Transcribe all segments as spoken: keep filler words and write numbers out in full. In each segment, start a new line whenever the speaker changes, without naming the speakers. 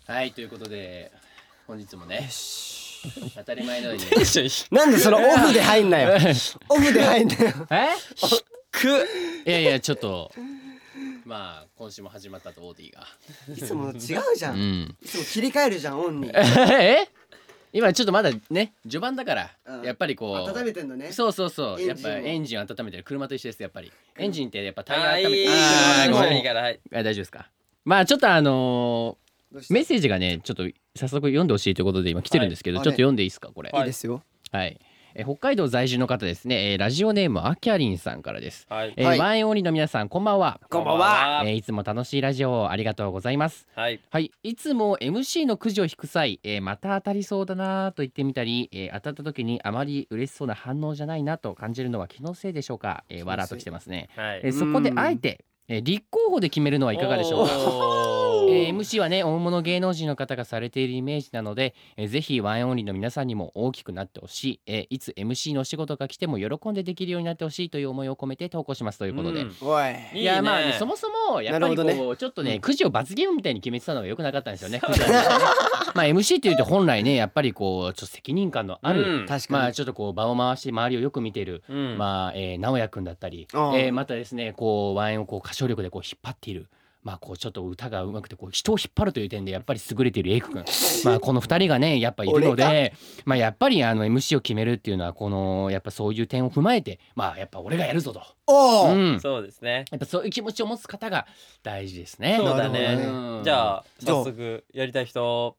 はい、ということで本日もね当たり前のように
なんでそのオフで入んなよオフで入んなよ
えくいやいやちょっとまあ今週も始まったとオーディが
いつも違うじゃん、うん、いつも切り替えるじゃんオンに
え今ちょっとまだね序盤だから、うん、やっぱりこう
温めてんのね。
そうそうそうやっぱエンジンを温めてる車と一緒ですやっぱり、うん、エンジンってやっぱタイヤ温めて
るあーごめんいいからはい
大丈夫ですか。まあちょっとあのー、メッセージがねちょっと早速読んでほしいということで今来てるんですけど、はい、ちょっと読んでいいですかこれ。
いいですよ。
はいえ北海道在住の方ですね、えー、ラジオネームあきゃりんさんからです、
はい
えーはい、ワンエンオンリーの皆さんこんばんは。
こんばんは、
えー、いつも楽しいラジオをありがとうございます。
はい、
はい、いつも エムシー のくじを引く際、えー、また当たりそうだなと言ってみたり、えー、当たった時にあまり嬉しそうな反応じゃないなと感じるのは気のせいでしょうか。えー、わらっときてますね、
はい
えー、そこであえてえー、立候補で決めるのはいかがでしょうか。えー、エムシー はね大物芸能人の方がされているイメージなので、えー、ぜひワンエンオンリーの皆さんにも大きくなってほしい、えー、いつ エムシー のお仕事が来ても喜んでできるようになってほしいという思いを込めて投稿しますということで、うん、
おい
いやまあ、ね、そもそもやっぱりこう、ね、ちょっとねくじを罰ゲームみたいに決めてたのが良くなかったんですよね。まあ エムシー っていうと本来ねやっぱりこうちょっと責任感のある、うん、まあちょっとこう場を回して周りをよく見てる、うん、まあ、えー、直哉くんだったり、えー、またですねこうワンエンをこう歌唱力でこう引っ張っているまあこうちょっと歌が上手くてこう人を引っ張るという点でやっぱり優れているエイク君まあこのふたりがねやっぱいるのでまあやっぱりあの エムシー を決めるっていうのはこのやっぱそういう点を踏まえてまあやっぱ俺がやるぞと
おー、
うん、そうですね
やっぱそういう気持ちを持つ方が大事ですね。
そうだね、うん、じゃあ早速やりたい人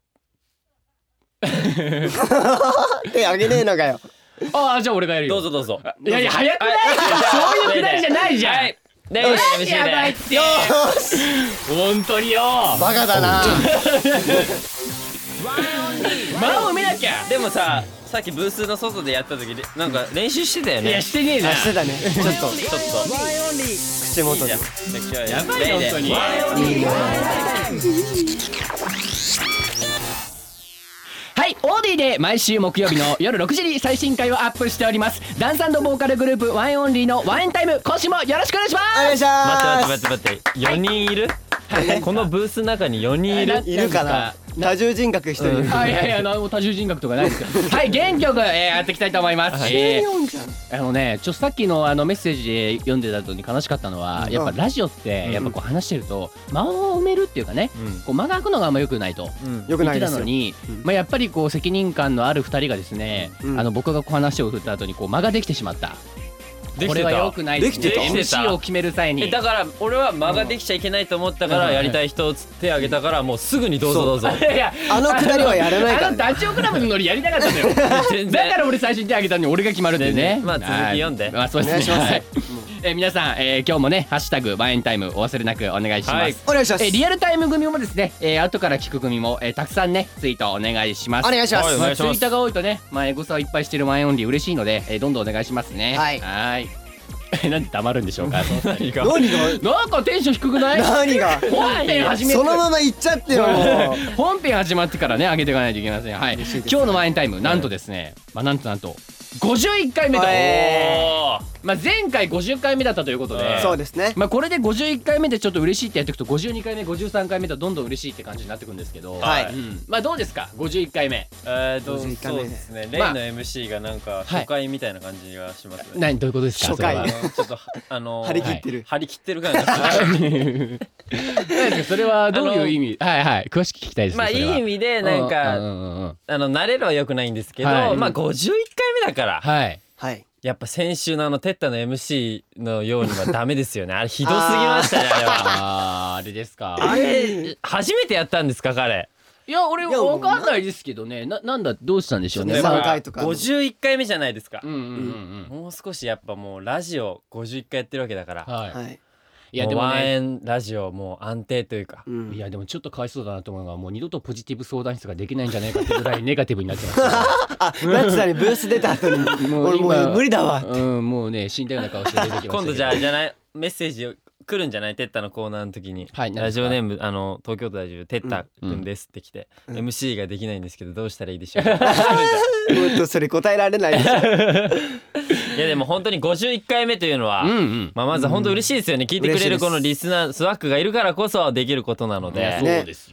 手あげねえのかよ
ああじゃあ俺がやるよ。
どうぞどうぞ。
いやいや早くないそういうくだりじゃないじゃん、はい
ね
えやばいってよ本当によ
バカだな
間を埋めなきゃ。
でもささっきブースの外でやった時なんか練習してたよね。
いやしてねえな。
してたねちょっとちょっと口元で
やばいよ本当にいいね。はい、オーディで毎週木曜日の夜ろくじに最新回をアップしております。ダンス&ボーカルグループワンエンオンリーのワンエンタイム、今週もよろしくお願いします。
お願いします。
待って待って待って待ってよにんいるこのブースの中によにんいる
いるかな。多重人格一人いる、うん、
はいはいはい何も多重人格とかないですけどはい元気よく、えー、やっていきたいと思います。えー、あのねちょっとさっきのあのメッセージで読んでた後に悲しかったのは、うん、やっぱラジオってやっぱこう話してると間を埋めるっていうかね、うん、こう間が空くのがあんま良くないと言ってたのに、うん、まあやっぱりこう責任感のあるふたりがですね、うん、あの僕がこう話を振った後にこう間ができてしまった。これは良くないですね。
できてた
エムシー を決める際に
だから俺は間ができちゃいけないと思ったからやりたい人をつってあげたからもうすぐにどうぞどうぞ。
いや
あのくだりはやらないから、ね、
あのダチョウ倶楽部のノリやりたかったのよだから俺最初に手あげたのに俺が決まるってね。
まあ続き読んで、
まあ、そうですね、はいえー、皆さん、えー、今日もねハッシュタグワンエンタイムお忘れなくお願いします、はい、
お願いします。
えー、リアルタイム組もですね、えー、後から聞く組も、えー、たくさんねツイートお願いします。
お願いします、
まあ、ツイートが多いとねまあエゴサをいっぱいしてるワンエンオンリー嬉しいので、えー、どんどんお願いしますね。
はい
はいなんで黙るんでしょうか
何が
なんかテンション低くない？
何が
本編始めて
そのまま行っちゃってよも
う本編始まってからね上げていかないといけません。はい今日のワンエンタイムなんとですね、まあなんとなんとごじゅういっかいめと、えーまあ、前回ごじゅっかいめだったということで、
そうですね、
まあ、これでごじゅういっかいめでちょっと嬉しいってやっていくとごじゅうにかいめごじゅうさんかいめとどんどん嬉しいって感じになっていくんですけど、
はい、
うん、まあどうですかごじゅういっかいめ。
えーとそうですね、レイの エムシー がなんか初回みたいな感じがしますね。
何どういうことですか？
初回
ちょっとあのー、
張り切ってる、
はい、張り切ってる感じが
それはどういう意味？はいはい詳しく聞きたいですね。
まあいい意味でなんか、うんうんうん、あの慣れるは良くないんですけど、はい、まあごじゅういっかいめだから、
はい
はい、
やっぱ先週のあのテッタの エムシー のようにはダメですよね。あれひどすぎましたねあれは。
あーあれですか。
あれ初めてやったんですか彼？
いや俺わかんないですけどね。ななんだどうしたんでしょうね。
さんかいとか
ごじゅういっかいめじゃないですか。
うんうんうんうん、
もう少しやっぱもうラジオごじゅういっかいやってるわけだから、
はい
はい、
いやでもねワンエンラジオもう安定というか、
うん、いやでもちょっとかわいそうだなと思うのがもう二度とポジティブ相談室ができないんじゃないかってぐらいネガティブになってます
あ、ナツさんにブース出た後にもう俺もう無理だわって、
うん、もうね死んだような顔して出てきましたけど
今度じゃあじゃないメッセージ来るんじゃないテッタのコーナーの時に、はい、ラジオネームあの東京都在住テッタくんですって来て、うん、エムシー ができないんですけどどうしたらいいでしょうか
もっとそれ答えられないです
いやでも本当にごじゅういっかいめというのは、うんうん、まあ、まずは本当嬉しいですよね、うん、聞いてくれるこのリスナースワックがいるからこそできることなので、
そうですよ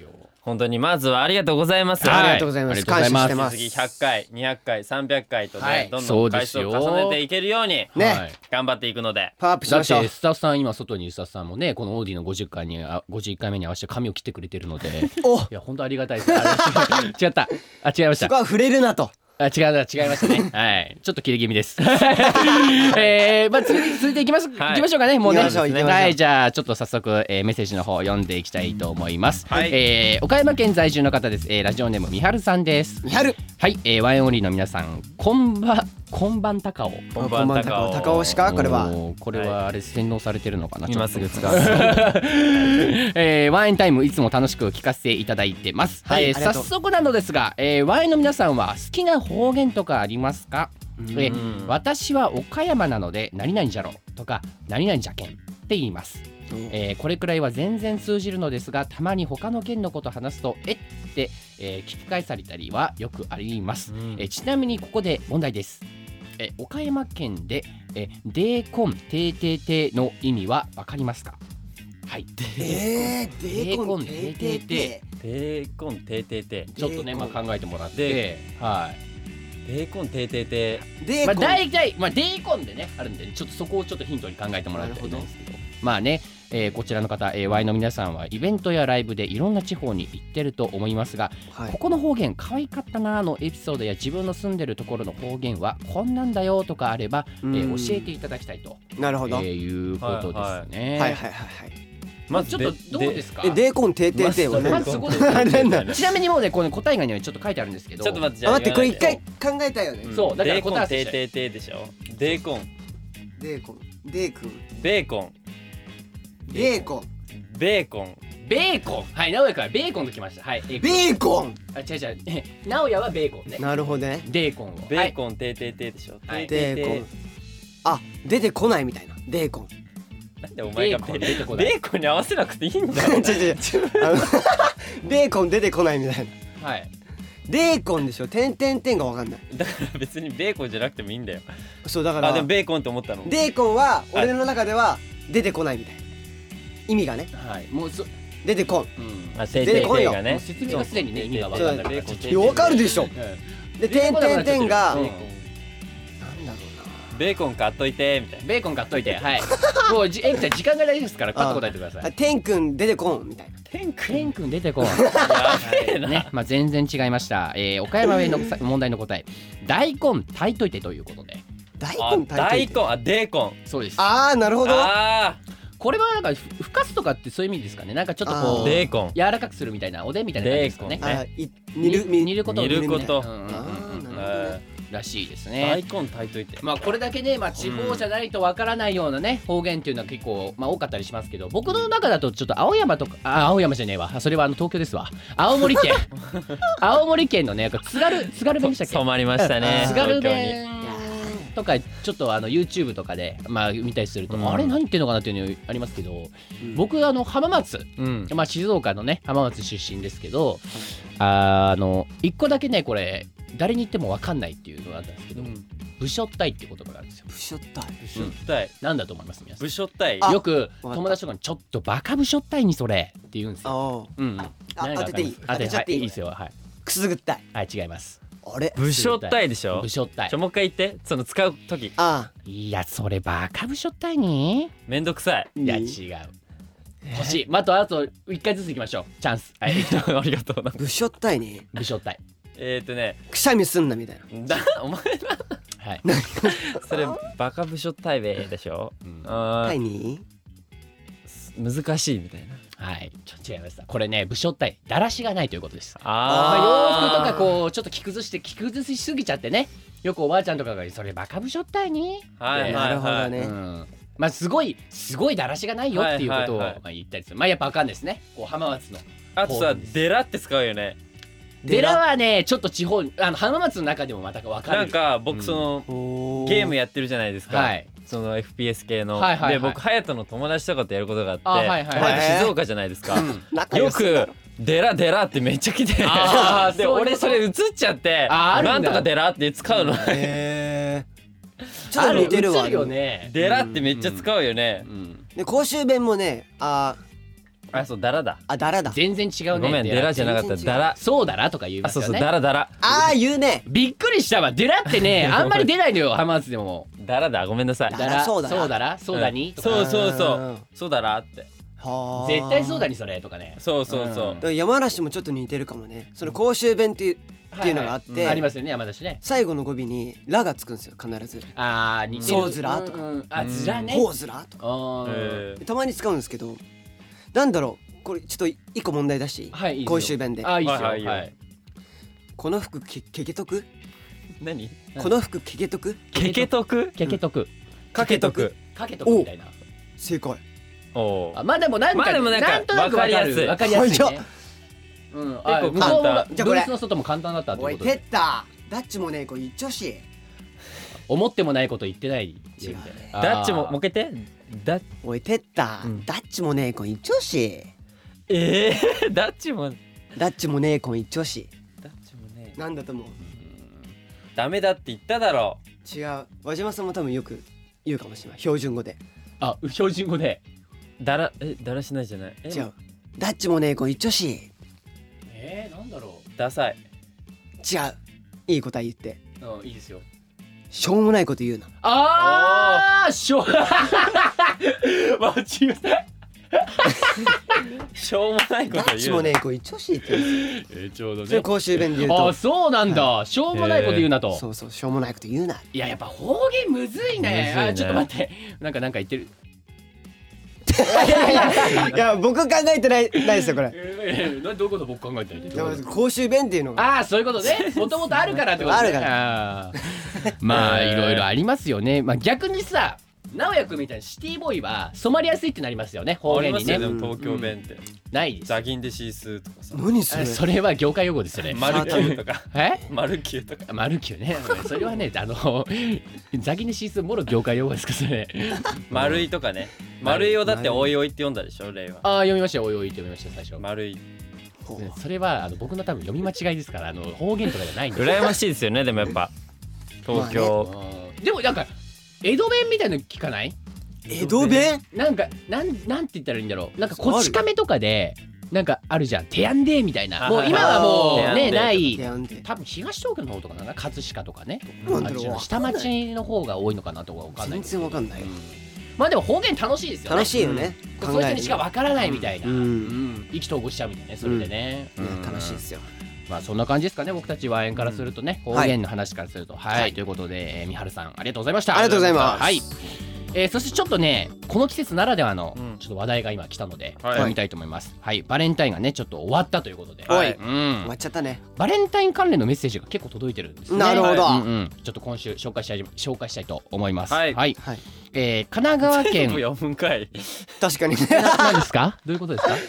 本当にまずはありがとうございます。
ありがとうございます。感謝してます。
次ひゃっかいにひゃっかいさんびゃっかいとね、どんどん回数を重ねていけるようにね頑張っていくので、
パワーアップしましょう。
だってスタッフさん今外にいるスタッフさんもね、このオーディのごじゅっかいにごじゅういっかいめに合わせて髪を切ってくれてるので、おいや本当ありがたいです。違ったあ違いました。
そこは触れるなと。
あ違う違いましたね。はいちょっと切れ気味です。えー、まあ続いて続いていきます、はい、いきましょうかね。もうね。はいじゃあちょっと早速、えー、メッセージの方読んでいきたいと思います。はい、えー、岡山県在住の方です。えー、ラジオネームみはるさんです。
みはる。
はい、えー、ワインオンリーの皆さんこんばこんばん高尾。
こんばん高尾。高尾しかこれは。
これはあれ洗脳されてるのかな。
今すぐ使う。
えー、ワインタイムいつも楽しく聞かせていただいてます。はい、えー、早速なのですが、えー、ワインの皆さんは好きな方言とかありますか？えー、私は岡山なので何々じゃろとか何々じゃけんって言います。えー、これくらいは全然通じるのですが、たまに他の県のこと話すとえって、えー、聞き返されたりはよくあります。えー、ちなみにここで問題です。え岡山県でえデーコンテーテーテーの意味はわかりますか？はい。
えー、デーコンテーテーテ
ー。デーコンテーテーテ
ー。ちょっとねまあ考えてもらって、はい。
デーコンテーテーテ
ー。まあ大体まあデーコンでねあるんで、ちょっとそこをちょっとヒントに考えてもらいたいんですけど、まあね。えー、こちらの方、えー、ワイの皆さんはイベントやライブでいろんな地方に行ってると思いますが、はい、ここの方言可愛かったなのエピソードや自分の住んでるところの方言はこんなんだよとかあれば、えー、教えていただきたいと。
なるほど、
えー、いうことですね。
はいはいはいはい。
まずちょっとどうですか？
えデーコンテーテーテーはね。
まずそこです。ちなみにもうねこの答えがねちょっと書いてあるんですけど。
ちょっと待って、
あ待ってこれ一回考えたよね。
そうだから
答え。デーコンテーテーテーでしょ。デーコン。
デーコン。デークン。
ベーコン。
ベーコン。
ベーコン。
ベーコン。はい、直哉からベーコンときました。はい。
ベーコン。
あ、違う違う。直哉はベーコンね。
なるほどね。
ベーコンを。
ベーコンテーテーテーでしょ。
はい。ベーコン。あ、出てこないみたいな。ベーコン。
なんでお前がベーコンベーコンに合わせなくていいんだよ。違う違う。
ベーコン出てこないみたいな。
はい。
ベーコンでしょ。点点点がわかんない。
だから別にベーコンじゃなくてもいいんだよ。
そうだから。
あでもベーコンって思ったの。
ベーコンは俺の中では出てこないみたいな。意味がね。
はい。もうそ
出てこん。
あ出てこんよね。
説明がすでにね意味がわかんない。
いやわかるでしょ。で点点点が。
ベーコン買っといてみたいな。
ベーコン買っといて。はい。もうじえんちゃん時間が大事ですからパッと答えてください。
てんくん出てこんみたいな。
てんくん。てんくん出てこん。やべえな。ね、まあ全然違いました。えー、岡山弁の問題の答え。大根炊いといてということで。
大根炊いといて。
大根あデーコン。
そうです。
ああなるほど。
ああ。
これはなんかふかすとかってそういう意味ですかね。なんかちょっとこう
ベーコン
柔らかくするみたいなおでんみたいな感じですかね。
あ煮る
煮ること
煮ること。
らしいですね。
大根炊いといて。
まあこれだけね、まあ地方じゃないとわからないようなね方言っていうのは結構まあ多かったりしますけど、僕の中だとちょっと青山とかあ青山じゃねえわ。それはあの東京ですわ。青森県青森県のね津軽津軽弁でしたっけ？
染まりましたね。
津軽弁とかちょっとあの YouTube とかでまあ見たりすると、うん、あれ何言ってんのかなっていうのありますけど、うん、僕あの浜松、うん、まあ静岡のね浜松出身ですけど、うん、あの一個だけねこれ誰に言っても分かんないっていうのがあったんですけど、うん、武将隊って言葉があるんですよ。
武将隊
武将隊
なんだと思います皆さん。
武将隊
よく友達とかにちょっとバカ武将隊にそれって言うんですよ。うん。
当てていい？
当てちゃっていいですよ。はい。
くすぐったい。
はい違います。
あれ
武将隊でしょ。
武将隊。
ちょもう一回言ってその使う時。
ああ。
いやそれバカ武将隊に？
めんどくさい。
いや違う。欲しい。まあとあと一回ずついきましょう。チャンス。はい。
ありがとうな。
武将隊に？
武将隊。
えーっとね
くしゃみすんなみたいな。
だお前なはいそれバカ部署対べでしょ。
対に
難しいみたいな。
はいちょっと違いました。これね武将対だらしがないということです。
あ
あ洋服とかこうちょっと着崩して着崩しすぎちゃってね、よくおばあちゃんとかがそれバカ武将対に
はい
なるほどね。
まあすごいすごいだらしがないよっていうことを言ったりする。まあやっぱわかんないですね。こう浜松の
あとさデラって使うよね。
デラはねちょっと地方あの浜松の中でもまた分かる。
なんか僕その、うん、ゲームやってるじゃないですか、はい、その エフピーエス 系の、はいはいはい、で僕隼人の友達とかとやることがあって、はいはいはい、静岡じゃないですか、うん、よくデラデラってめっちゃ来てで俺それ映っちゃってなんとかデラって使うの。
へーちょっと似てるわ
よね。
デラってめっちゃ使うよね。
で甲州弁もねあ
あ、そう、ダラだ。
あ、ダラだ。
全然違うね。
ごめん、デラじゃなかった。ダラ。
そうだらとか言いますよね。
そうそう、ダラダラ。
ああ、言うね。
びっくりしたわ。デラってね、あんまり出ないのよ、浜松でも。
ダラだ、ごめんなさい。
ダラ、そうだら。
そうだら、そうだに。
そうそうそう。そうだらって。
はあ。
絶対そうだにそれとかね。
そうそうそう。
山梨もちょっと似てるかもね。その甲州弁っていうっていうのがあって、
ありますよね、山梨ね。
最後の語尾にラがつくんですよ、必ず。
ああ、似てる。
そうずらとか。
あ、ずらね。
ほうずらとか。たまに使うんですけど、なんだろう。これちょっと一個問題だし、はい、甲州弁で。
あ、いいですよ。はい。
この服けけけとく？
何？
この服けけとく？
けけとく？
けけとく。
かけとく。
かけとくみたいな。
正解。
おお。まあでもなんかなんとなくわかる。わかりやすいね。うん。結構簡単。じゃあこれブースの外も簡単だったってこと。
おいてったダッチもねこれ一丁し。
思ってもないこと言ってない。
違う。
ダッチももけて。
だおいてったダッチもねこれ一丁し。
えー、ダッチも
ダッチもねえこん一丁し。
ダッチもね
なんだと思う。
ダメだって言っただろ
う。違う。和島さんも多分よく言うかもしれない。標準語で。
あ、標準語で
だらえだらしないじゃない。
違う。ダッチもねえこん一丁し。
えー、なんだろ
う。ダサい。
違う。いい答え言って。
うん、いいですよ。
しょうもないこと言うな。
ああ、しょう間違えた。
しょうもないこと言う。
ダッチもねこれ一丁しって言うんですよ。
えー、ちょうどね。
それ甲州弁で言うと。
あ、そうなんだ。しょうもないこと言うなと。
そうそう、しょうもないこと言うな。
いや、やっぱ方言むずいね。あ、ちょっと待って。なんかなんか言ってる。
いやいやいや、僕考えてないないですよこれ。
え、どういうこと僕考えてない。
甲州弁っていうのが。
ああ、そういうことね。もともとあるからってことね。
あるから。
まあいろいろありますよね。まあ逆にさ。直哉くんみたいなシティボーイは染まりやすいってなりますよね、方言にね。
東京弁って
ないです。
ザギンでシースーとかさ。
何それ？
それは業界用語ですよね。
マルキューとか。
え？
マルキューとか。
マルキューね。それはね、あのザギンでシースーもろ業界用語ですかそれ。
丸いとかね。丸いをだっておいおいって読んだでしょ、例は。
ああ、読みましたよ。おいおいって読みました最初。
丸い。
それはあの僕の多分読み間違いですから、あの方言とかじゃないんです。
羨ましいですよね、でもやっぱ東京。
でもなんか江戸弁みたいなの聞かない？
江戸弁？
なんかなんなんて言ったらいいんだろう。なんかこち亀とかでなんかあるじゃん。てやんでみたいな。もう今はもうねない。多分東東京の方とかな、葛飾とかね。下町の方が多いのかなとかわかんない。
全然わかんない。
まあでも方言楽しいですよね。
楽しいよね。
そういう人にしかわからないみたいな。意気投合しちゃうみたいなね。それでね。
楽しいですよ。
まあそんな感じですかね、僕たちワインからするとね、方言の話からすると。はい、ということでみはるさんありがとうございました。
ありがとうございます。
はい。えー、そしてちょっとねこの季節ならではのちょっと話題が今来たので読みたいと思います。はい、バレンタインがねちょっと終わったということで、
はい、うん、終わっちゃったね。
バレンタイン関連のメッセージが結構届いてるんですね。
なるほど、
うんうん、ちょっと今週紹介したい紹介したいと思います。はい、はいはい、えー、神奈川県
読むんかい。
確かに
何ですか？どういうことですか？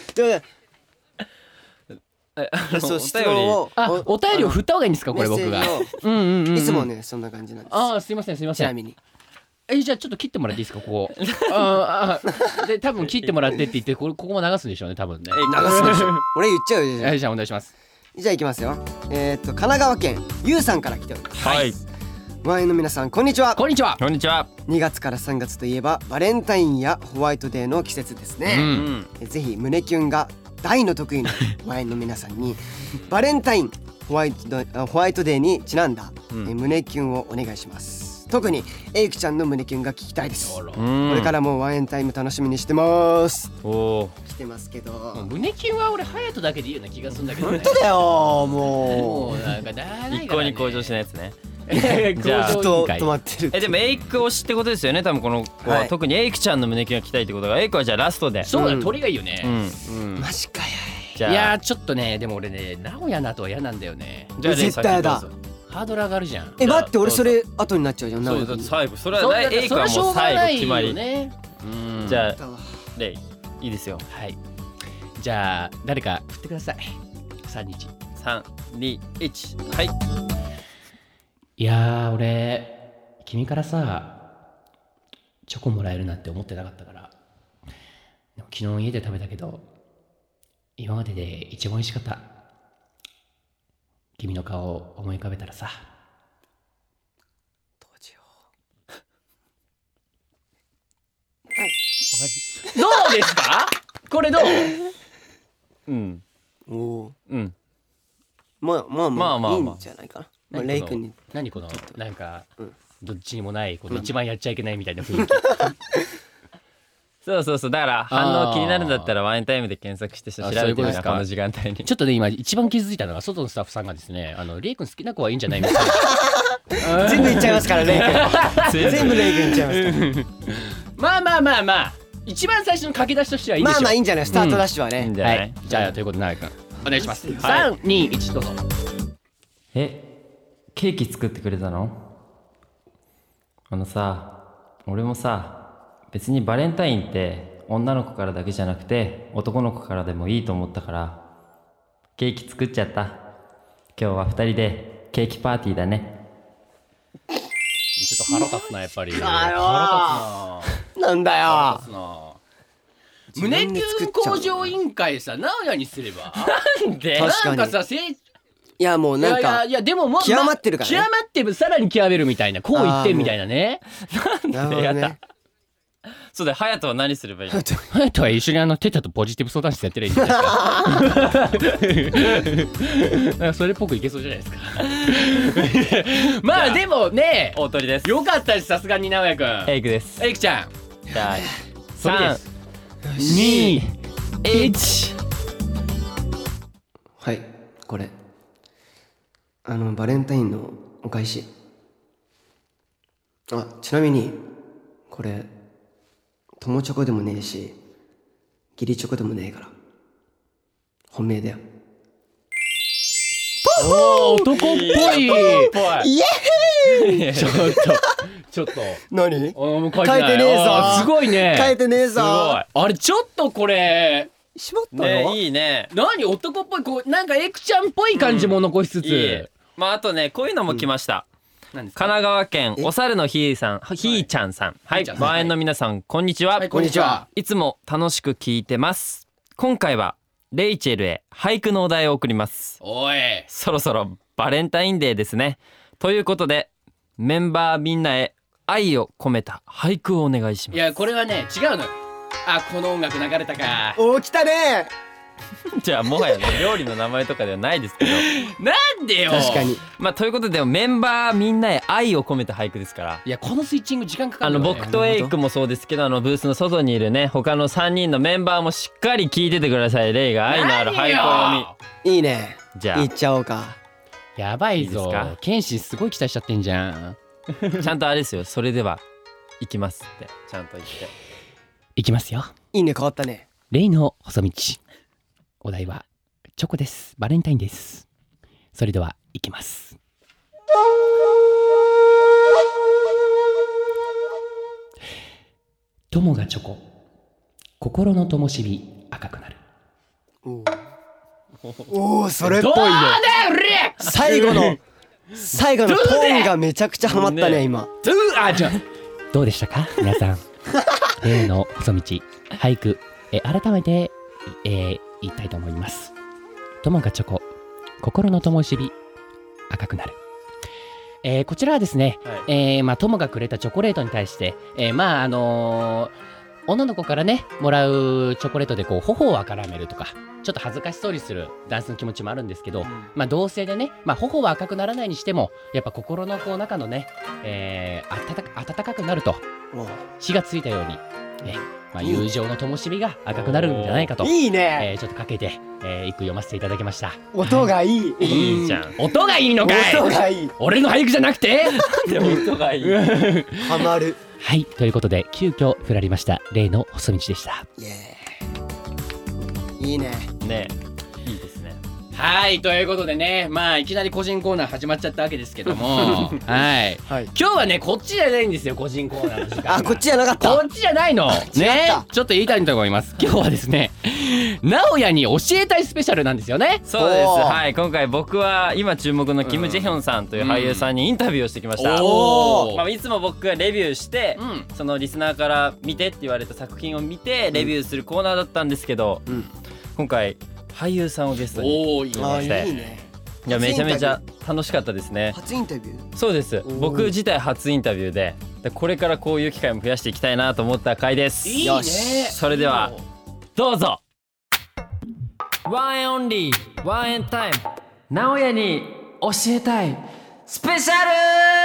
そう質問を
あお便りを振った方がいいんですかこれ僕が。
うんうんうん、いつもねそんな感じなんです。
ああすいませんすいません。
ちなみに
えじゃあちょっと切ってもらっていいですかここ。ああで多分切ってもらってって言ってここここも流すんでしょうね多分ね。
流すでしょ。俺言っちゃうよ。
はいじゃあお願いします。
じゃあいきますよ。えー、っと神奈川県ゆうさんから来ております。
はい。
ワインの皆さんこんにちは。
こんにちは。
こんにちは。
にがつからさんがつといえばバレンタインやホワイトデーの季節ですね。うん、ぜひ胸キュンが大の得意なワインの皆さんにバレンタインホワイトデー、ホワイトデーにちなんだ、うん、え胸キュンをお願いします。特にエイクちゃんの胸キュンが聞きたいです。これからもワインタイム楽しみにしてます。お来てますけど
胸キュンは俺ハヤトだけでいいような気がするんだけど、ね、
本当だよもう
なんかだ
一向に向上しないやつね。
じゃあずっと止まってる。
えでもエイク推しってことですよね多分この子は、はい、特にエイクちゃんの胸キュンが聞きたいってことがエイクはじゃあラストで。
そうだ、うん、鳥がいいよね、
うんうん、マジかよ。
じゃあいやちょっとねでも俺ね名古屋なとは嫌なんだよね。
じゃあ絶対だ。
ハードル上がるじゃん。
え待って俺それ後になっちゃうじゃん。
そうだ最後それはエイクはもう最後決まり
ね。
じゃあレイいいですよ。
はい。じゃあ誰か振ってください。さんにち
さんにいちはい。
いやー俺君からさチョコもらえるなんて思ってなかったから。でも昨日家で食べたけど今までで一番美味しかった。君の顔を思い浮かべたらさ
どうしよ
う。はい。どうですか？これどう？
うん。
おお。
うん。
まあまあまあまあいいんじゃないかな。まあレイ君に
何このなんかどっちにもないこの一番やっちゃいけないみたいな雰囲気。
そうそうそう、だから反応気になるんだったらワインタイムで検索して調べてみるか、この時間帯に。
ちょっとね今一番気づいたのが外のスタッフさんがですね、あのレイ君好きな子はいいんじゃないみたい
な。全部言っちゃいますからレイ君。全部レイ君言っちゃいます。
まあまあまあまあ一番最初の駆け出しとしてはいいでしょう。
まあまあいいんじゃない、スタートダッシュはね。
いいんじゃない。
じゃあということでナイ君お願いします。さんにいちどうぞ。
え、ケーキ作ってくれたの？あのさ、俺もさ、別にバレンタインって女の子からだけじゃなくて男の子からでもいいと思ったからケーキ作っちゃった。今日はふたりでケーキパーティーだね。
ちょっと腹立つなやっぱり。
腹立つな。なんだよ。腹立つな。
胸キュン向上委員会さ、直哉にすれば。
なんで？
なんかさ、せい
いやもうなんか
いやでももう
極まってるからね。
極まってる、さらに極めるみたいな、こう言ってみたいなね。
なんでやだ。そうだよ、隼人は何すればいいの？
隼人は一緒にあのテタとポジティブ相談室やってりゃいいんじゃないですか。なんかそれっぽくいけそうじゃないですか。まあでもね、
大鳥です。
よかったです、さすがに直哉くん。
エイクです。
エイクちゃん。
じゃあ
さん、に、いち。
はい、これあのバレンタインのお返し。あ、ちなみにこれ友チョコでもねえし義理チョコでもねえから本命だよ。
おー、男っぽい。
イエーイ。
ちょっとちょっと
何？
書
書いてねえぞ。
すごいね。
書いてねえぞ。
すごい。あれちょっとこれ
しまったの？
ね、いいね。
何男っぽい、こうなんかエクちゃんっぽい感じも残しつつ、うん、いい。
まああとね、こういうのも来ました。
うん、神
奈川県お猿のひーさん、ひーちゃんさん。はい、バーエンの皆さん、こんにちは。
はい、こんにちは。
いつも楽しく聞いてます。今回はレイチェルへ俳句のお題を送ります。
おい、
そろそろバレンタインデーですね。ということでメンバーみんなへ愛を込めた俳句をお願いします。
いやこれはね違うの。あ、この音楽流れたか。
おー、来たね。
じゃあもはやね、料理の名前とかではないですけど。
なんでよ。
確かに。
まあということでメンバーみんなへ愛を込めた俳句ですから。
いやこのスイッチング時間かかる、
ね、あの僕とエイクもそうですけど、あのブースの外にいるね他のさんにんのメンバーもしっかり聞いててください。レイが愛のある俳句を読
み。いいね。
じゃあ
言っちゃおうか。
やばいぞ。謙信すごい期待しちゃってんじゃん。
ちゃんとあれですよ。それでは行きますってちゃんと言って。
行きますよ。
いいね、変わったね。
レイの細道。お題はチョコです。バレンタインです。それでは行きます。友がチョコ、心の灯火赤くなる。
おお、それっぽいよ。最後の最後のトーンがめちゃくちゃハマったね今。
あ、じゃどうでしたか皆さん。例の細道俳句、え改めて、えー、言いたいと思います。友がチョコ、心の灯火赤くなる。えー、こちらはですね、はい、えー、まあ友がくれたチョコレートに対して、えー、まああのー、女の子からねもらうチョコレートでこう頬をあからめるとかちょっと恥ずかしそうにする男性の気持ちもあるんですけど、うん、まあ同性でね、まあ頬は赤くならないにしてもやっぱ心のこう中のね、えー、温か、温かくなると火がついたように、ね、まあ、友情の灯火が赤くなるんじゃないかと、
いいね、
えー、ちょっとかけて、えー、一句読ませていただきました。
音がいい、
はい、いいじゃん。音がいいのかい。
音がいい。
俺の俳句じゃなくて
でも音がいい。
ハマる。
はい、ということで急遽振られました例の細道でした。
イエーイ。いいね。
ね、いいですね。
はい、ということでね、まあいきなり個人コーナー始まっちゃったわけですけどもはい、はい、今日はねこっちじゃないんですよ、個人コーナーの時間。
あ、こっちじゃなかった。
こっちじゃないのね。ちょっと言いたいと思います。今日はですね直哉に教えたいスペシャルなんですよね。
そうです。はい、今回僕は今注目のキム・ジェヒョンさんという俳優さんにインタビューをしてきました。お、まあ、いつも僕がレビューして、うん、そのリスナーから見てって言われた作品を見てレビューするコーナーだったんですけど、うん、今回俳優さんをゲストに来まして、いいね。いやめちゃめちゃ楽しかったですね。
初インタビュー。
そうです。僕自体初インタビューで、でこれからこういう機会も増やしていきたいなと思った回です。
いいね。
よし、それではどうぞ。 ワンエンオンリーワンエンタイム直哉に教えたいスペシャル。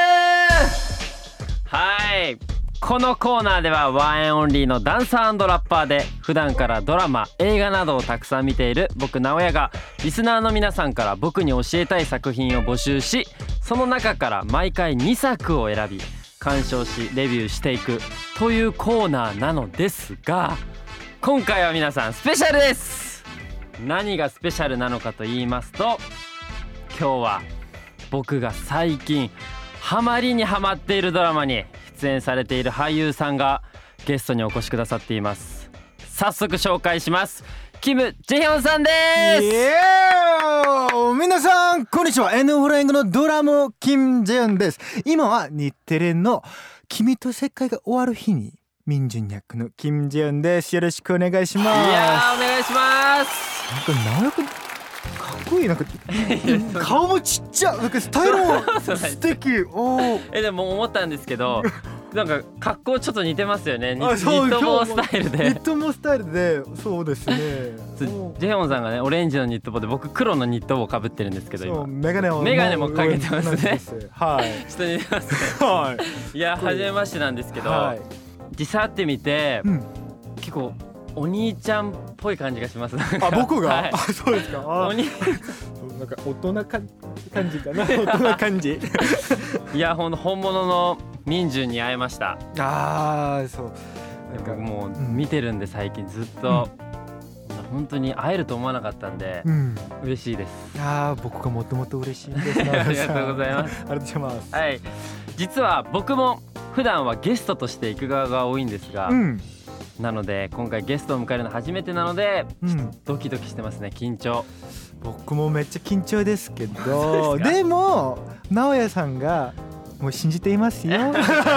はい、このコーナーではワンエンオンリーのダンサー&ラッパーで普段からドラマ映画などをたくさん見ている僕直哉がリスナーの皆さんから僕に教えたい作品を募集し、その中から毎回にさくを選び鑑賞しレビューしていくというコーナーなのですが、今回は皆さんスペシャルです。何がスペシャルなのかと言いますと、今日は僕が最近ハマりにハマっているドラマに出演されている俳優さんがゲストにお越しくださっています。早速紹介します。キム・ジェヒョンさんです。
イエーイ、皆さんこんにちは。 N フライングのドラムキム・ジェヒョンです。今は日テレの君と世界が終わる日に民順役のキム・ジェヒョンです。よろしくお願いします。
いやーお願いします。
なんか直哉かっこいい、なんか顔もちっちゃ、なんかスタイルも素敵。お
えでも思ったんですけどなんか格好ちょっと似てますよね。ニット帽スタイルで。
ニット帽スタイルで、そうですね。
ジェヒョンさんがねオレンジのニット帽で、僕黒のニット帽かぶってるんですけど、今
メガネを
メガネもかけてますね。
はい。
ちょっと似てますね。はい。いや初めましてなんですけど、はい、実際会ってみて、うん、結構お兄ちゃんっぽい感じがします。
あ、僕が、はい、あ、そうですか。
お兄
なんか大人か感じかな。大人感じ。
いやほん本物の民順に会えました。
ああ、そう。
なんかもう見てるんで最近ずっと、うん、本当に会えると思わなかったんで、うん、嬉しいです。
ああ、僕がもともと嬉しいです。
ありがとうございます。
ありがとうございます。
はい。実は僕も普段はゲストとして行く側が多いんですが。うん、なので今回ゲストを迎えるの初めてなので、うん、ドキドキしてますね。緊張。
僕もめっちゃ緊張ですけど、でも直哉さんがもう信じていますよ。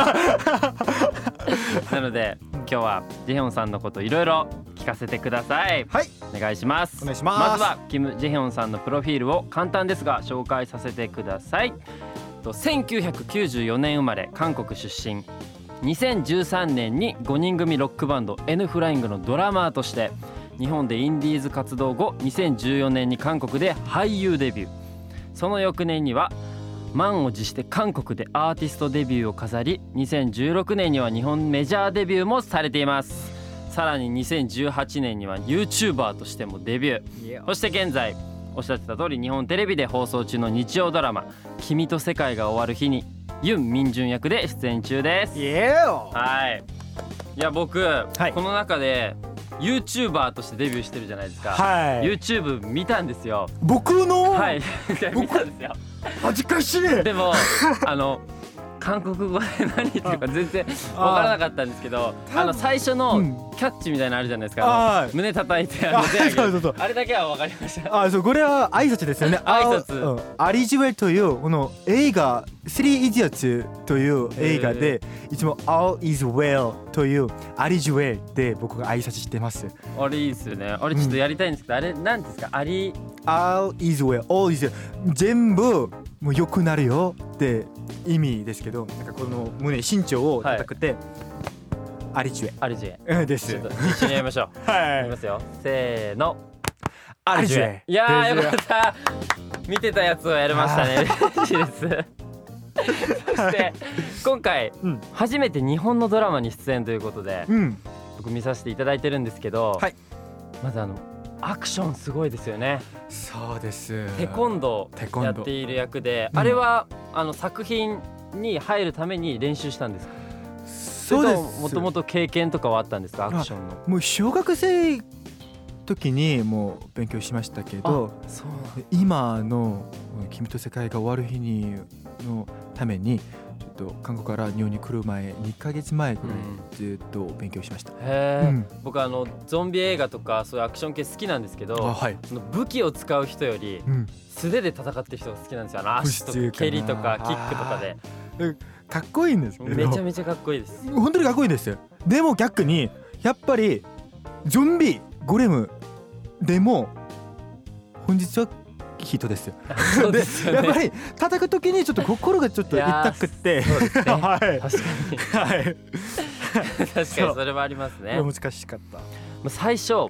なので今日はジェヒョンさんのこといろいろ聞かせてください。
はい、
お願いします。
お願いします。
まずはキム・ジェヒョンさんのプロフィールを簡単ですが紹介させてください。せんきゅうひゃくきゅうじゅうよねん生まれ、韓国出身。にせんじゅうさんねんにごにん組ロックバンド N フライングのドラマーとして日本でインディーズ活動後、にせんじゅうよねんに韓国で俳優デビュー。その翌年には満を持して韓国でアーティストデビューを飾り、にせんじゅうろくねんには日本メジャーデビューもされています。さらににせんじゅうはちねんには YouTuber としてもデビュー。そして現在おっしゃってた通り日本テレビで放送中の日曜ドラマ君と世界が終わる日にユン・ミンジュン役で出演中です。はい。いや僕、はい、この中で YouTuber としてデビューしてるじゃないですか。はい。YouTube 見たんですよ。
僕の。
はい。見たんですよ。
恥ずかしい。
でもあの韓国語で何言ってるか全然分からなかったんですけど、あの最初のキャッチみたいなのあるじゃないですか。うん、胸叩いてあの手上げる。そうそうそう。あれだけは分かりました。
あ、そう、これは挨拶ですよね。
挨拶。うん、
アリジュエルというこの映画スリーイディオツという映画でいつも All is well というアリジュエルで僕が挨拶してます。
あれいいですよね。あれちょっとやりたいんですけど、うん、あれなんですか。アリ
All is well All is well 全部もう良くなるよって意味ですけど、なんかこの胸身長を叩くて、はい、アリジュエ
アリジュ
エです。
ちょっと一緒にやりましょう。はい。やりますよ。せーの。
アリジュエ。
いやーよかった。見てたやつをやりましたね。嬉しいです。そして今回、うん、初めて日本のドラマに出演ということで、うん、僕見させていただいてるんですけど、はい、まずあのアクションすごいですよね。
そうです。
テコンドーやっている役で、あれは、うん、あの作品に入るために練習したんですか。そうです。もともと経験とかはあったんですか。アクションの。
もう小学生時にもう勉強しましたけど、そう今の君と世界が終わる日にのためにちょっと韓国から日本に来る前にかげつまえぐらいずっと勉強しました。
へー、うん、僕あのゾンビ映画とかそういうアクション系好きなんですけど、はい、その武器を使う人より、うん、素手で戦ってる人が好きなんですよ。あの足とか蹴りとかキックとかで
かっこいいんですけど、
めちゃめちゃかっこいいです。
本当にかっこいいです。でも逆にやっぱりゾンビゴレムでも本日は人ですよ。
そうですよね。
でやっぱり叩く時にちょっと心がちょっと痛くて、
そうですね。
はい、
確かに、はい、確かにそれはありますね。
難しかった。
最初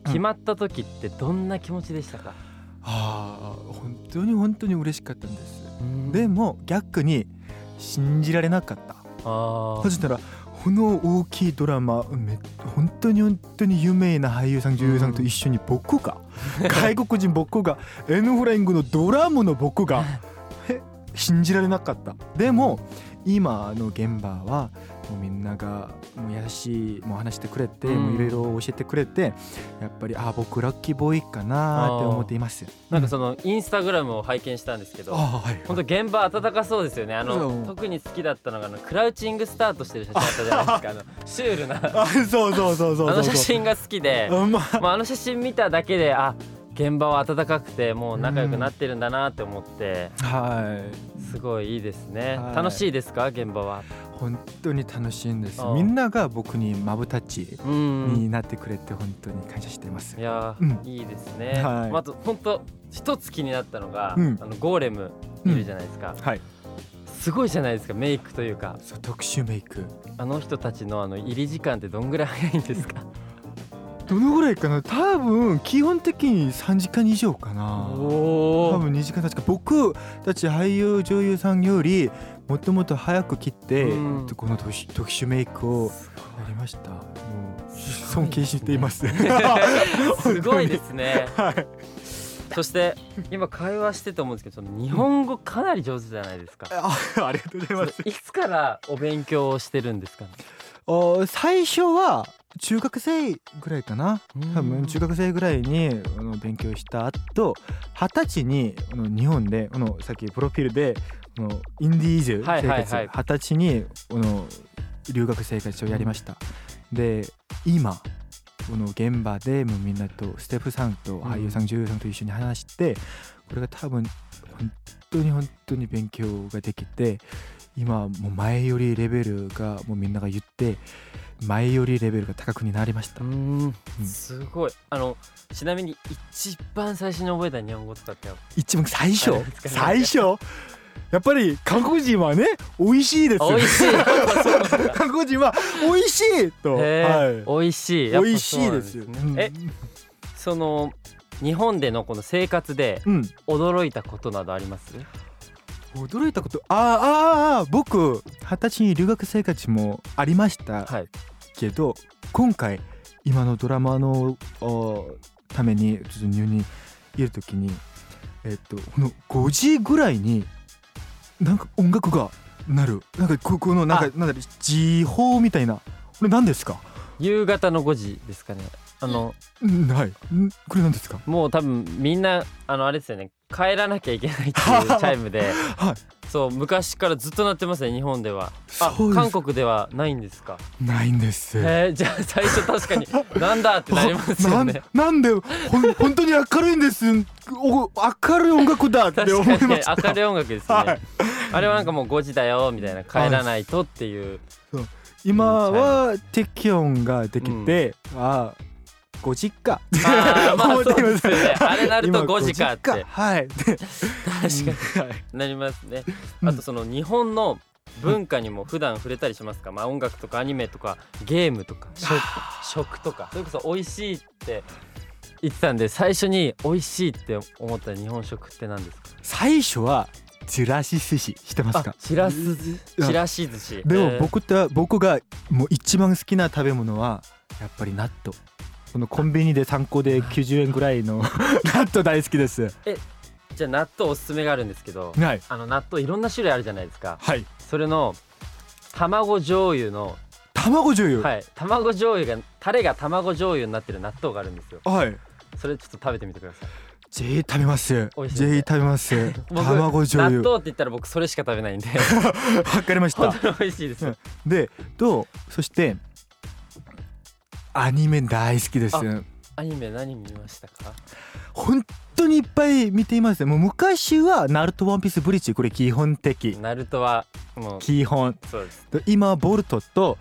決まった時ってどんな気持ちでしたか？うん、
あ本当に本当に嬉しかったんです、うん、でも逆に信じられなかった。あそしたらこの大きいドラマめ本当に本当に有名な俳優さん女優さんと一緒に僕が、うん、外国人僕が N フライングのドラムの僕が信じられなかった。でも今の現場はもうみんながもう優しいもう話してくれて、うん、いろいろ教えてくれてやっぱりあ僕ラッキーボーイかなって思っています。
なんかそのインスタグラムを拝見したんですけど、はい、本当現場温かそうですよね。あの特に好きだったのがあのクラウチングスタートしてる写真あったじゃないですか。あのシュールな
あそうそうそうそう
あの写真が好きで、まあ、あの写真見ただけであ現場は温かくてもう仲良くなってるんだなって思って、うん、はいすごいいいですね、はい、楽しいですか現場は？
本当に楽しいんです。みんなが僕にマブタッチになってくれて本当に感謝しています。
いや、うん、いいですね、はい、まず本当一つ気になったのが、うん、あのゴーレムいるじゃないですか、うん、はいすごいじゃないですかメイクというか。
そう特殊メイク。
あの人たちのあの入り時間ってどんぐらい早いんですか？
どのぐらいかな。多分基本的にさんじかん以上かな。多分にじかん。確か僕たち俳優女優さんよりもともと早く切って、うん、この特殊メイクをやりました。もう尊敬しています。
すごいですね。はい、そして今会話してて思うんですけど、その日本語かなり上手じゃないですか。
うん、あ, ありがとうございます。
いつからお勉強をしてるんですかね？
お最初は中学生ぐらいかな。多分中学生ぐらいにあの勉強した後、二十歳にあの日本であのさっきプロフィールであのインディーズ生活、はいはいはい、二十歳にあの留学生活をやりました、うん、で今この現場でもうみんなとスタッフさんと俳優さん、うん、女優さんと一緒に話して、これが多分本当に本当に勉強ができて、今もう前よりレベルがもうみんなが言って前よりレベルが高くになりました。うーん、
うん、すごい。あのちなみに一番最初に覚えた日本語とかって
一番最初最初やっぱり韓国人はね美味しいです。
美味しい
韓国人は美味しいと、
はい、美味しい
やっぱ美味しいですよ、
うん、えその日本でのこの生活で驚いたことなどあります？
うん、驚いたことあああ僕二十歳に留学生活もありました、はい、けど今回今のドラマのためにちょっと日本にいるときに、えっと、このごじぐらいになんか音楽が鳴る、なんかここのなんかなんだろう時報みたいな、これ何ですか？
夕方のごじですかね。あの
はい、これ何ですか？も
う多分みんなあのあれですよね、帰らなきゃいけないっていうチャイムで、はい、そう昔からずっと鳴ってますね日本では。あ、韓国ではないんですか？
ないんです。
えー、じゃあ最初確かになんだってなりますよね。
な, なんでほん本当に明るいんです。お明るい音楽だって思いました。
明るい音楽ですね、はい、あれはなんかもうごじだよみたいな、帰らないとっていう。
そう今は適音ができて、うん、あごじか
あまあそうですね、あれなるとごじかって
はい
確かになりますね。あとその日本の文化にも普段触れたりしますか？まあ音楽とかアニメとかゲームとか 食, 食とか、それこそ美味しいって言ってたんで、最初に美味しいって思った日本食って何ですか？
最初はちらし寿司してますか？
ちらしちらし寿司。
でも僕と僕がもう一番好きな食べ物はやっぱり納豆。このコンビニでさんこできゅうじゅうえんぐらいの納豆大好きです。
えじゃあ納豆おすすめがあるんですけど、はい、あの納豆いろんな種類あるじゃないですか。はい。それの卵醤油の
卵醤油
はい卵醤油がタレが卵醤油になってる納豆があるんですよ。はい。それちょっと食べてみてください。
ぜひ食べます。ぜひ食べます。卵醤油。
納豆って言ったら僕それしか食べないんで。
わかりました。
本当に美味しいです。
で、とそしてアニメ大好きです。
アニメ何見ましたか？
本当にいっぱい見ています。もう昔はナルト、ワンピース、ブリッジ、これ基本的。
ナルトはもう
基本。
そうです。
今ボルトと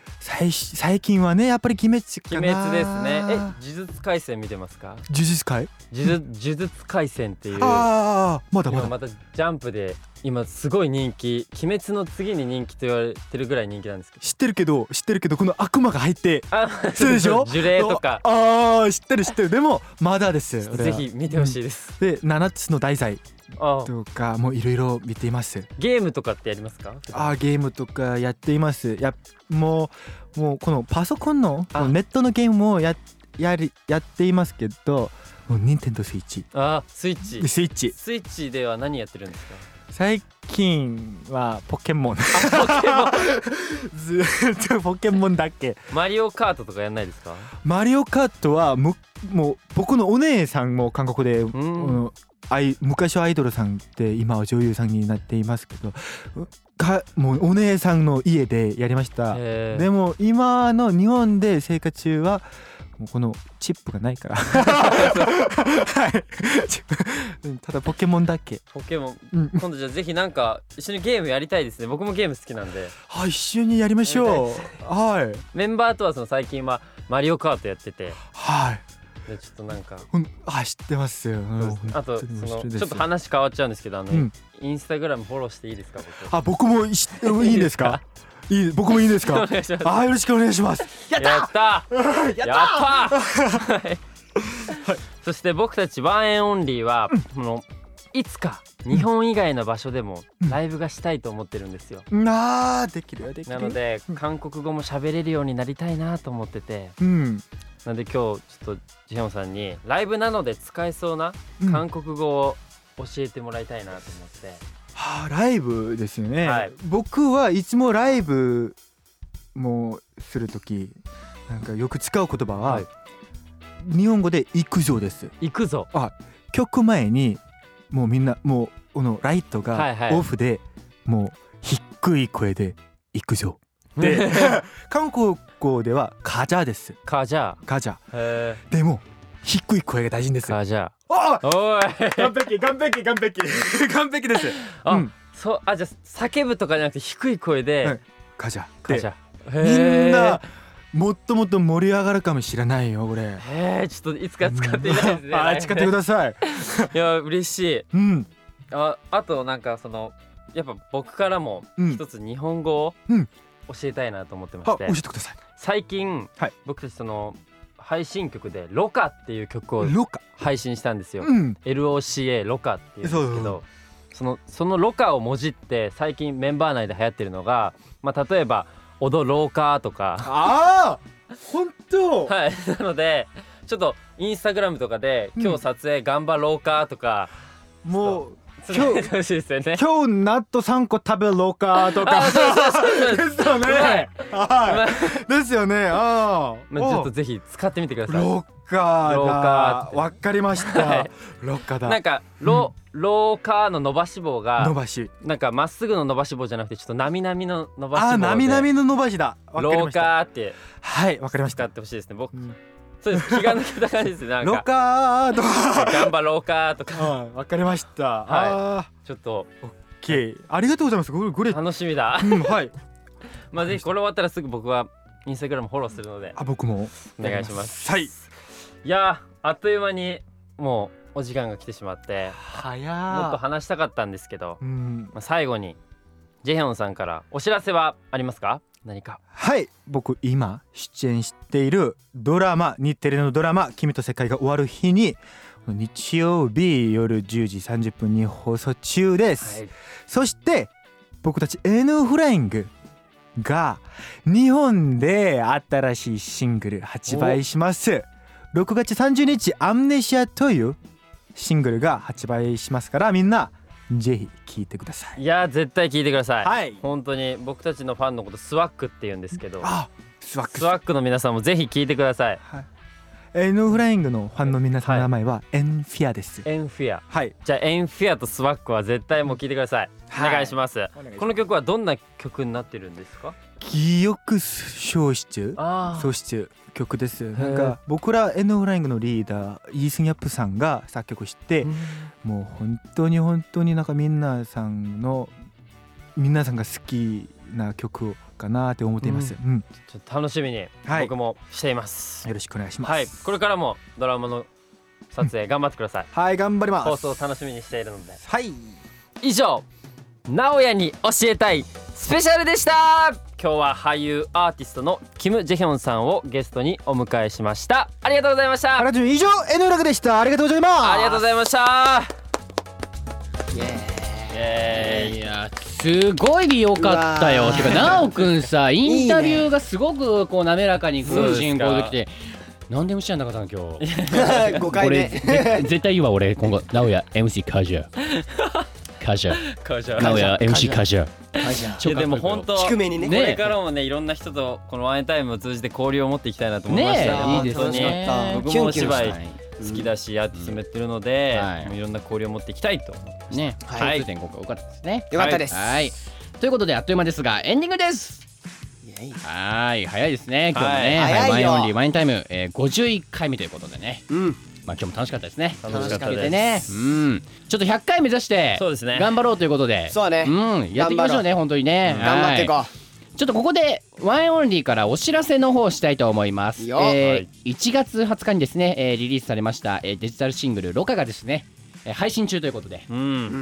最, 最近はねやっぱり鬼滅かな。
鬼滅ですね。え呪術廻戦見てますか？
呪術廻
呪術呪術廻戦っていう、
ああまだまだ
またジャンプで今すごい人気、鬼滅の次に人気と言われてるぐらい人気なんですけど。
知ってるけど知ってるけどこの悪魔が入って
あ
そうでしょ
呪霊とか。
ああ知ってる知ってる。でもまだです。
ぜひ見てほしいです、
うん、でななつの大罪とかもいろいろ見ています。
ゲームとかってやりますか？
あゲームとかやっています。やもうもうこのパソコンのネットのゲームもややりやっていますけど、もう任天堂スイッチ。
あスイッチ
スイッチ
スイッチでは何やってるんですか？
最近はポケモン。
ポケモン
ずっとポケモンだっけ。
マリオカートとかやんないですか？
マリオカートはむもう僕のお姉さんも韓国で、
うん
うんアイ昔はアイドルさんで今は女優さんになっていますけど、かもうお姉さんの家でやりました。でも今の日本で生活中はもうこのチップがないからはいただポケモンだけ。
ポケモン、うん、今度じゃあぜひなんか一緒にゲームやりたいですね。僕もゲーム好きなんで。
はい、一緒にやりましょう。はい
メンバーとはその最近はマリオカートやってて、
はい
でちょっとなんか、
うん、あ知ってますよ。
あとそのちょっと話変わっちゃうんですけど、あの、うん、インスタグラムフォローしていいですか？僕
あ僕もいいんですか？いい僕もいいですか？あよろしくお願いします。
やったやったやったそして僕たちワンエンオンリーは、うん、のいつか日本以外の場所でもライブがしたいと思ってるんですよ。
うん、あできるよできる。
なので韓国語も喋れるようになりたいなと思ってて、
うん、
なので今日ちょっとジヘョンさんにライブなので使えそうな韓国語を教えてもらいたいなと思って、うん
はあ、ライブですよね、
はい、
僕はいつもライブもするときなんかよく使う言葉は、はい、日本語で行くぞです。
行くぞ。
あ曲前にもうみんなもうこのライトがオフで、はいはい、もう低い声で行くぞで韓国語ではカジャです。
カジャ
カジャでも低い声が大事です。
カジャ
お
おい
完璧完璧完璧完璧です。
あ、うん、そうあじゃあ叫ぶとかじゃなくて低い声で、はい、
カジャ
カジャ
みんなもっともっと盛り上がるかもしれないよ俺。
へえちょっといつか使ってみたいですね。
あ使ってください。
いや嬉しい。
うん
ああとなんかそのやっぱ僕からも一つ日本語を教えたいなと思ってまして、
うん、教えてください。
最近、はい、僕たちその配信曲でロカっていう曲を配信したんですよ、
うん、
エルオーシーエー ロカっていうんですけど、そのそのロカをもじって最近メンバー内で流行ってるのが、まあ、例えば踊ろうかとか。
ああ本当
はいなのでちょっとインスタグラムとかで今日撮影頑張ろうかとか、
うん、もう
今日欲しいですよね。
今日ナットさんこ食べろうかとかですよね。はいですよね。ああ
ちょっとぜひ使ってみてください。
ロッカーロッカーわかりました、はい、ロッカーだ。
なんかロ、うん、ローカーの伸ばし棒が
伸ばしなん
かまっすぐの伸ばし棒じゃなくてちょっとなみなみの伸ばし棒で、
あなみなみの伸ばしだ。
ローカーって
はいわかりました。
使ってほしいですね僕、うんそうです気が抜けた感じですね。なんか
ロカーとか
頑張ろうかとか
わ、うん、かりました。
はいちょっと
オッケーありがとうございます。これ
楽しみだ、
うん、はい
まあぜひこれ終わったらすぐ僕はインスタグラムフォローするので
あ僕も
お願いします。
はい
いやあっという間にもうお時間が来てしまって
早
もっと話したかったんですけど、
うん
まあ、最後にジェヒョンさんからお知らせはありますか？何か。
はい僕今出演しているドラマ日テレのドラマ君と世界が終わる日に日曜日夜じゅうじさんじゅっぷんに放送中です、はい、そして僕たち N フライングが日本で新しいシングル発売します。ろくがつさんじゅうにちアムネシアというシングルが発売しますからみんなぜひ聴いてください。
いや絶対聴いてください、
はい、
本当に僕たちのファンのことスワックって言うんですけど、
あスワック
スワックの皆さんもぜひ聴いてください、
はい、エヌフライングのファンの皆さんの名前はエンフィアです。
エンフィア、
はい、
じゃあエンフィアとスワックは絶対もう聴いてください、はい、お願いします。この曲はどんな曲になってるんですか？
記憶喪失喪失曲です。なんか僕ら N フライングのリーダーイースンヤップさんが作曲して、うん、もう本当に本当になんかみんなさんの皆さんが好きな曲をかなって思っています、うんうん、
ちょっと楽しみに僕もしています、
はい、よろしくお願いします、
はい、これからもドラマの撮影頑張ってください、
うん、はい頑張ります。
放送楽しみにしているので。
はい、
以上直哉に教えたいスペシャルでした。今日は俳優アーティストのキム・ジェヒョンさんをゲストにお迎えしました。ありがとうございました。
以上 N ラグでした。ありがとうございます。
ありがとうございました。
イエーイ。いやすごい良かったよ。てかなおくんさインタビューがすごくこう滑らかに進行できて、なんで エムシー やんなかったの今日。
ごかいめ
絶対言うわ俺今後なおや エムシー カジュカジュなおや エムシー カジュ
でも本当
低めにね
これからもねいろんな人とこのワンエンタイムを通じて交流を持っていきたいなと思いました。
ねいいですね。
僕もお芝居好きだしアーティストもやってるのでいろんな交流を持っていきたいと思いましたね。
はい、今回良かったですね。
良かったです。
はいということであっという間ですがエンディングです。はい早いですね今日もね。ワインオンリーワインタイムごじゅういっかいめということでね。まあ今日も楽しかったですね。
楽しかったです
ね。うん。ちょっとひゃっかい目指して
そうですね。
頑張ろうということで。
そうね。
うん。やっていきましょうね本当にね。
頑張っていこ
う。ちょっとここでワインオンリーからお知らせの方をしたいと思います。えー、いちがつはつかにですね、えー、リリースされました、えー、デジタルシングルロカがですね、えー、配信中ということで、うん、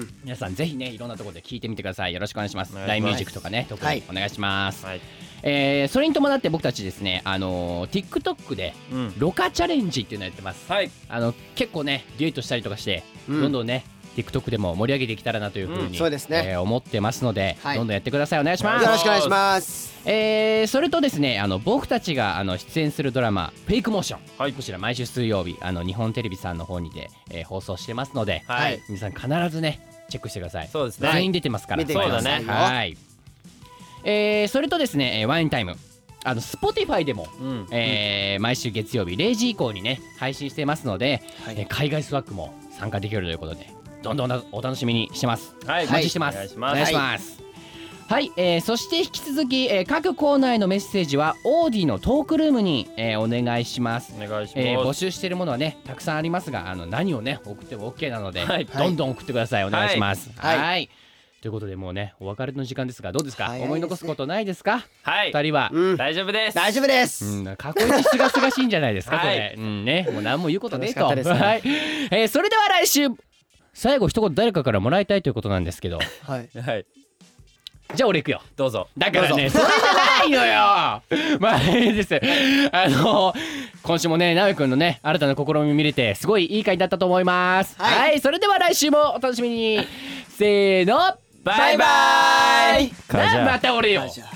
皆さんぜひねいろんなところで聴いてみてください。よろしくお願いします。ラインミュージックとかね特にお願いします。はい。えー、それに伴って僕たちですね、あのー、TikTok でロカチャレンジっていうのをやってます、はい、あの結構ねデュエットしたりとかして、うん、どんどんね TikTok でも盛り上げていけたらなというふうに、うんそうですねえー、思ってますので、はい、どんどんやってください。お願いします。
よろしくお願いします。
えー、それとですねあの僕たちがあの出演するドラマフェイクモーション、はい、こちら毎週水曜日あの日本テレビさんの方にて、えー、放送してますので、はい、皆さん必ずねチェックしてください。
そうですね。
全員出てますから。
見てください。
はい。えー、それとですねワインタイムあの Spotify でも、うんえーうん、毎週月曜日れいじ以降にね配信してますので、はいえー、海外スワックも参加できるということでどんどんお楽しみにしてます。はい、お待ちしてます。はい、お願いします。はい、はい、えー、そして引き続き、えー、各コーナーへのメッセージはオーディのトークルームに、えー、お願いします。
お願いします。
えー、募集しているものはねたくさんありますがあの何をね送っても OK なので、はい、どんどん送ってください。お願いします。はい、はいはいということでもうねお別れの時間ですがどうですか、ね、思い残すことないですか。はいふたりは、
うん、大丈夫です
大丈夫です、
うん、過去一すがすがしいんじゃないですかこれ、はいうんね、もう何も言うことねえと、ねはいえー、それでは来週最後一言誰かからもらいたいということなんですけど
はい、
はい、
じゃあ俺行くよ。
どうぞ。
だからねそれじゃないのよまあいいですあの今週もね直哉くんのね新たな試み見れてすごいいい回だったと思います。はい、はい、それでは来週もお楽しみにせーのバイバイ。また俺よ。